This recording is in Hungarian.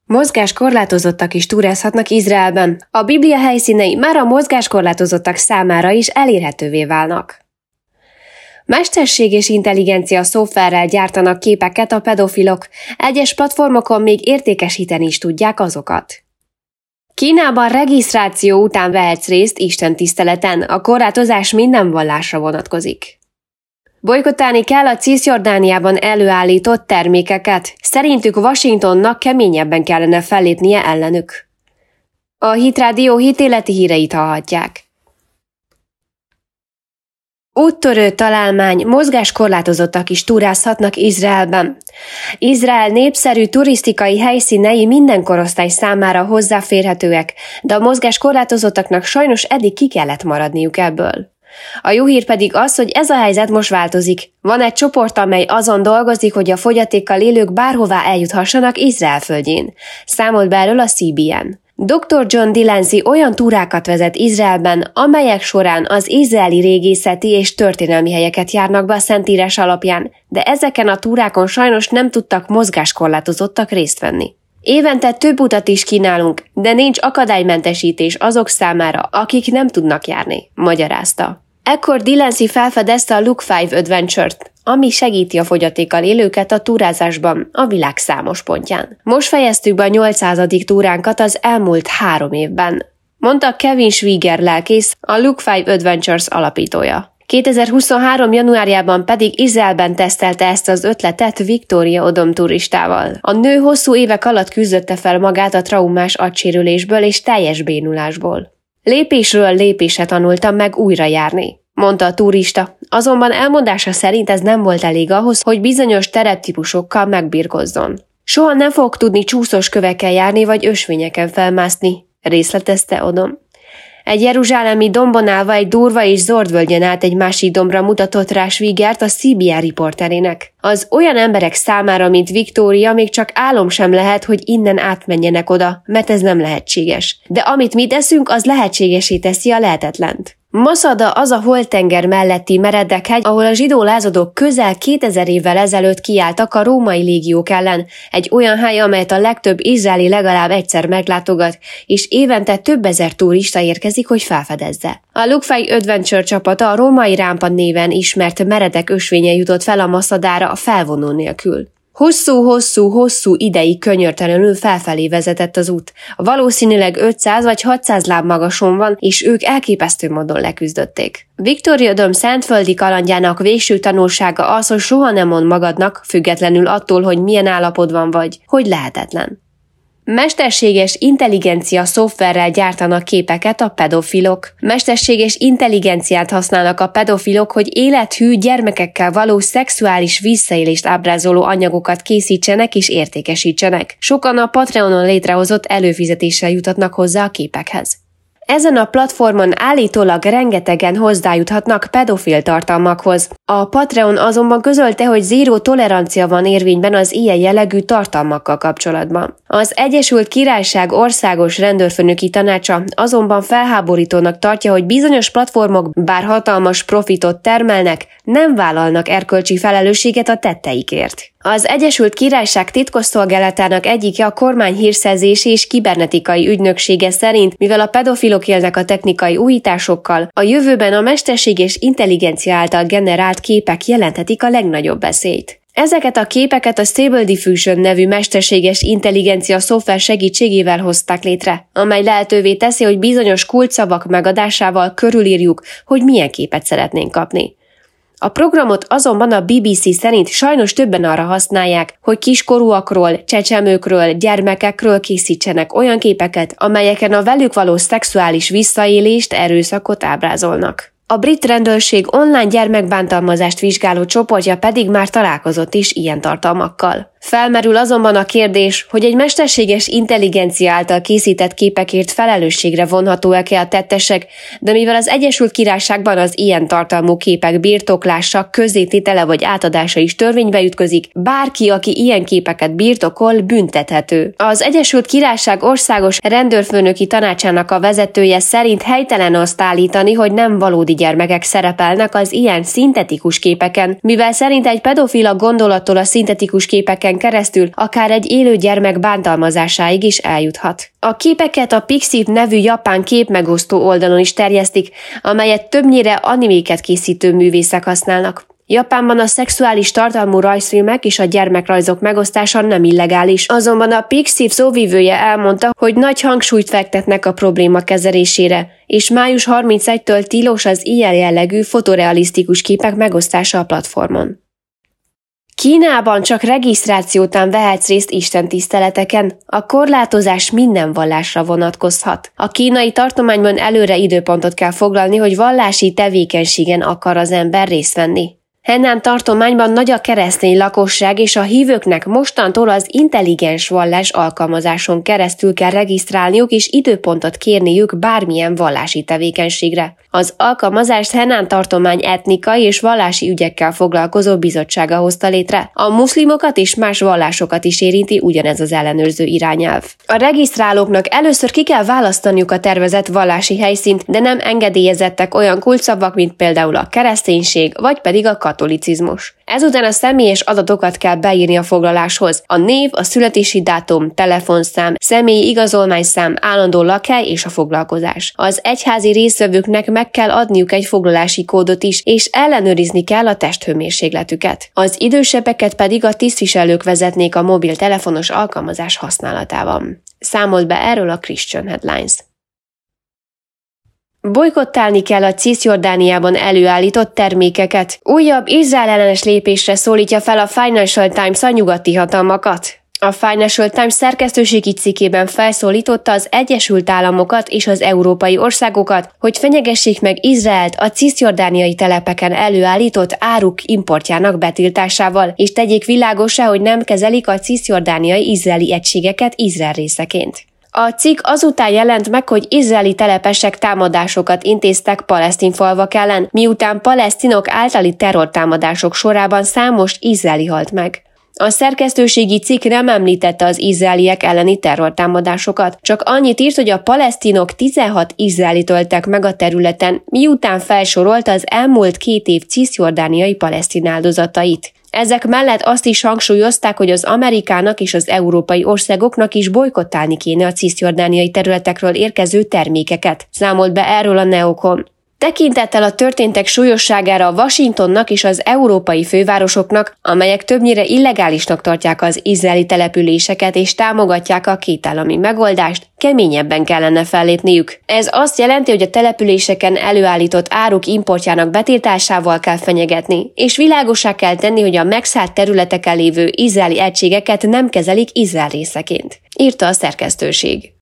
Mozgáskorlátozottak is túrázhatnak Izraelben. A Biblia helyszínei már a mozgáskorlátozottak számára is elérhetővé válnak. Mesterséges intelligencia szoftverrel gyártanak képeket a pedofilok, egyes platformokon még értékesíteni is tudják azokat. Kínában regisztráció után vehetsz részt istentiszteleten, a korlátozás minden vallásra vonatkozik. Bojkottálni kell a Cisjordániában előállított termékeket, szerintük Washingtonnak keményebben kellene fellépnie ellenük. A Hit Rádió hitéleti híreit hallhatják. Úttörő találmány, mozgáskorlátozottak is túrázhatnak Izraelben. Izrael népszerű turisztikai helyszínei minden korosztály számára hozzáférhetőek, de a mozgáskorlátozottaknak sajnos eddig ki kellett maradniuk ebből. A jó hír pedig az, hogy ez a helyzet most változik. Van egy csoport, amely azon dolgozik, hogy a fogyatékkal élők bárhová eljuthassanak Izrael földjén. Számolt be erről a CBN. Dr. John Delancey olyan túrákat vezet Izraelben, amelyek során az izraeli régészeti és történelmi helyeket járnak be a Szentírás alapján, de ezeken a túrákon sajnos nem tudtak mozgáskorlátozottak részt venni. Évente több utat is kínálunk, de nincs akadálymentesítés azok számára, akik nem tudnak járni, magyarázta. Ekkor Delancey felfedezte a Look 5 Adventure-t, ami segíti a fogyatékkal élőket a túrázásban a világ számos pontján. Most fejeztük be a 800. túránkat az elmúlt 3 évben, mondta Kevin Schwieger lelkész, a Look 5 Adventures alapítója. 2023. januárjában pedig Izraelben tesztelte ezt az ötletet Victoria Odom turistával. A nő hosszú évek alatt küzdötte fel magát a traumás agysérülésből és teljes bénulásból. Lépésről lépésre tanultam meg újra járni, mondta a turista, azonban elmondása szerint ez nem volt elég ahhoz, hogy bizonyos tereptípusokkal megbirkozzon. Soha nem fog tudni csúszós kövekkel járni vagy ösvényeken felmászni, részletezte Odom. Egy jeruzsálemi dombon állva egy durva és zord völgyen át egy másik dombra mutatott rá Schwiegert a CBN riporterének. Az olyan emberek számára, mint Victoria, még csak álom sem lehet, hogy innen átmenjenek oda, mert ez nem lehetséges. De amit mi teszünk, az lehetségesé teszi a lehetetlent. Masada az a holtenger melletti meredek hegy, ahol a zsidó lázadók közel 2000 évvel ezelőtt kiálltak a római légiók ellen, egy olyan hely, amelyet a legtöbb izraeli legalább egyszer meglátogat, és évente több ezer turista érkezik, hogy felfedezze. A Look 5 Adventure csapata a római rámpa néven ismert meredek ösvényen jutott fel a Masadára a felvonó nélkül. Hosszú ideig könyörtelenül felfelé vezetett az út. Valószínűleg 500 vagy 600 láb magason van, és ők elképesztő módon leküzdötték. Victoria Dome szentföldi kalandjának végső tanulsága az, hogy soha nem mond magadnak, függetlenül attól, hogy milyen állapotban vagy, hogy lehetetlen. Mesterséges intelligencia szoftverrel gyártanak képeket a pedofilok. Mesterséges intelligenciát használnak a pedofilok, hogy élethű gyermekekkel való szexuális visszaélést ábrázoló anyagokat készítsenek és értékesítsenek. Sokan a Patreonon létrehozott előfizetéssel jutatnak hozzá a képekhez. Ezen a platformon állítólag rengetegen hozzájuthatnak pedofil tartalmakhoz. A Patreon azonban közölte, hogy zéró tolerancia van érvényben az ilyen jellegű tartalmakkal kapcsolatban. Az Egyesült Királyság országos rendőrfőnöki tanácsa azonban felháborítónak tartja, hogy bizonyos platformok, bár hatalmas profitot termelnek, nem vállalnak erkölcsi felelősséget a tetteikért. Az Egyesült Királyság titkosszolgálatának egyike a kormány hírszerzési és kibernetikai ügynöksége szerint, mivel a pedofilok élnek a technikai újításokkal, a jövőben a mesterséges intelligencia által generált képek jelenthetik a legnagyobb veszélyt. Ezeket a képeket a Stable Diffusion nevű mesterséges intelligencia szoftver segítségével hozták létre, amely lehetővé teszi, hogy bizonyos kulcsszavak megadásával körülírjuk, hogy milyen képet szeretnénk kapni. A programot azonban a BBC szerint sajnos többen arra használják, hogy kiskorúakról, csecsemőkről, gyermekekről készítsenek olyan képeket, amelyeken a velük való szexuális visszaélést, erőszakot ábrázolnak. A brit rendőrség online gyermekbántalmazást vizsgáló csoportja pedig már találkozott is ilyen tartalmakkal. Felmerül azonban a kérdés, hogy egy mesterséges intelligencia által készített képekért felelősségre vonhatóak-e a tettesek, de mivel az Egyesült Királyságban az ilyen tartalmú képek birtoklása, közzététele vagy átadása is törvénybe ütközik, bárki, aki ilyen képeket birtokol, büntethető. Az Egyesült Királyság országos rendőrfőnöki tanácsának a vezetője szerint helytelen azt állítani, hogy nem valódi gyermekek szerepelnek az ilyen szintetikus képeken, mivel szerint egy pedofila gondolattól a szintetikus képeken keresztül akár egy élő gyermek bántalmazásáig is eljuthat. A képeket a Pixiv nevű japán képmegosztó oldalon is terjesztik, amelyet többnyire animéket készítő művészek használnak. Japánban a szexuális tartalmú rajzfilmek és a gyermekrajzok megosztása nem illegális, azonban a Pixiv szóvivője elmondta, hogy nagy hangsúlyt fektetnek a probléma kezelésére, és május 31-től tilos az ilyen jellegű fotorealisztikus képek megosztása a platformon. Kínában csak regisztráció után vehetsz részt istentiszteleteken, a korlátozás minden vallásra vonatkozhat. A kínai tartományban előre időpontot kell foglalni, hogy vallási tevékenységen akar az ember részt venni. Henan tartományban nagy a keresztény lakosság, és a hívőknek mostantól az intelligens vallás alkalmazáson keresztül kell regisztrálniuk és időpontot kérniük bármilyen vallási tevékenységre. Az alkalmazást Henan tartomány etnikai és vallási ügyekkel foglalkozó bizottsága hozta létre. A muszlimokat és más vallásokat is érinti ugyanez az ellenőrző irányelv. A regisztrálóknak először ki kell választaniuk a tervezett vallási helyszínt, de nem engedélyezettek olyan kulcsszavak, mint például a kereszténység, vagy pedig a katolicizmus. Ezután a személyes adatokat kell beírni a foglaláshoz: a név, a születési dátum, telefonszám, személyi igazolványszám, állandó lakhely és a foglalkozás. Az egyházi résztvevőknek meg kell adniuk egy foglalási kódot is, és ellenőrizni kell a testhőmérsékletüket. Az idősebbeket pedig a tisztviselők vezetnék a mobiltelefonos alkalmazás használatában. Számolt be erről a Christian Headlines. Bojkottálni kell a Cisjordániában előállított termékeket. Újabb Izrael ellenes lépésre szólítja fel a Financial Times a nyugati hatalmakat. A Financial Times szerkesztőségi cikkében felszólította az Egyesült Államokat és az európai országokat, hogy fenyegessék meg Izraelt a cisjordániai telepeken előállított áruk importjának betiltásával, és tegyék világossá, hogy nem kezelik a cisjordániai izraeli egységeket Izrael részeként. A cikk azután jelent meg, hogy izraeli telepesek támadásokat intéztek palesztin falvak ellen, miután palesztinok általi terrortámadások sorában számos izraeli halt meg. A szerkesztőségi cikk nem említette az izraeliek elleni terrortámadásokat, csak annyit írt, hogy a palesztinok 16 izraelit öltek meg a területen, miután felsorolta az elmúlt 2 év cisjordániai palesztin áldozatait. Ezek mellett azt is hangsúlyozták, hogy az Amerikának és az európai országoknak is bojkottálni kéne a cisjordániai területekről érkező termékeket, számolt be erről a Neokon. Tekintettel a történtek súlyosságára a Washingtonnak és az európai fővárosoknak, amelyek többnyire illegálisnak tartják az izraeli településeket és támogatják a kétállami megoldást, keményebben kellene fellépniük. Ez azt jelenti, hogy a településeken előállított áruk importjának betiltásával kell fenyegetni, és világossá kell tenni, hogy a megszállt területeken lévő izraeli egységeket nem kezelik Izrael részeként, írta a szerkesztőség.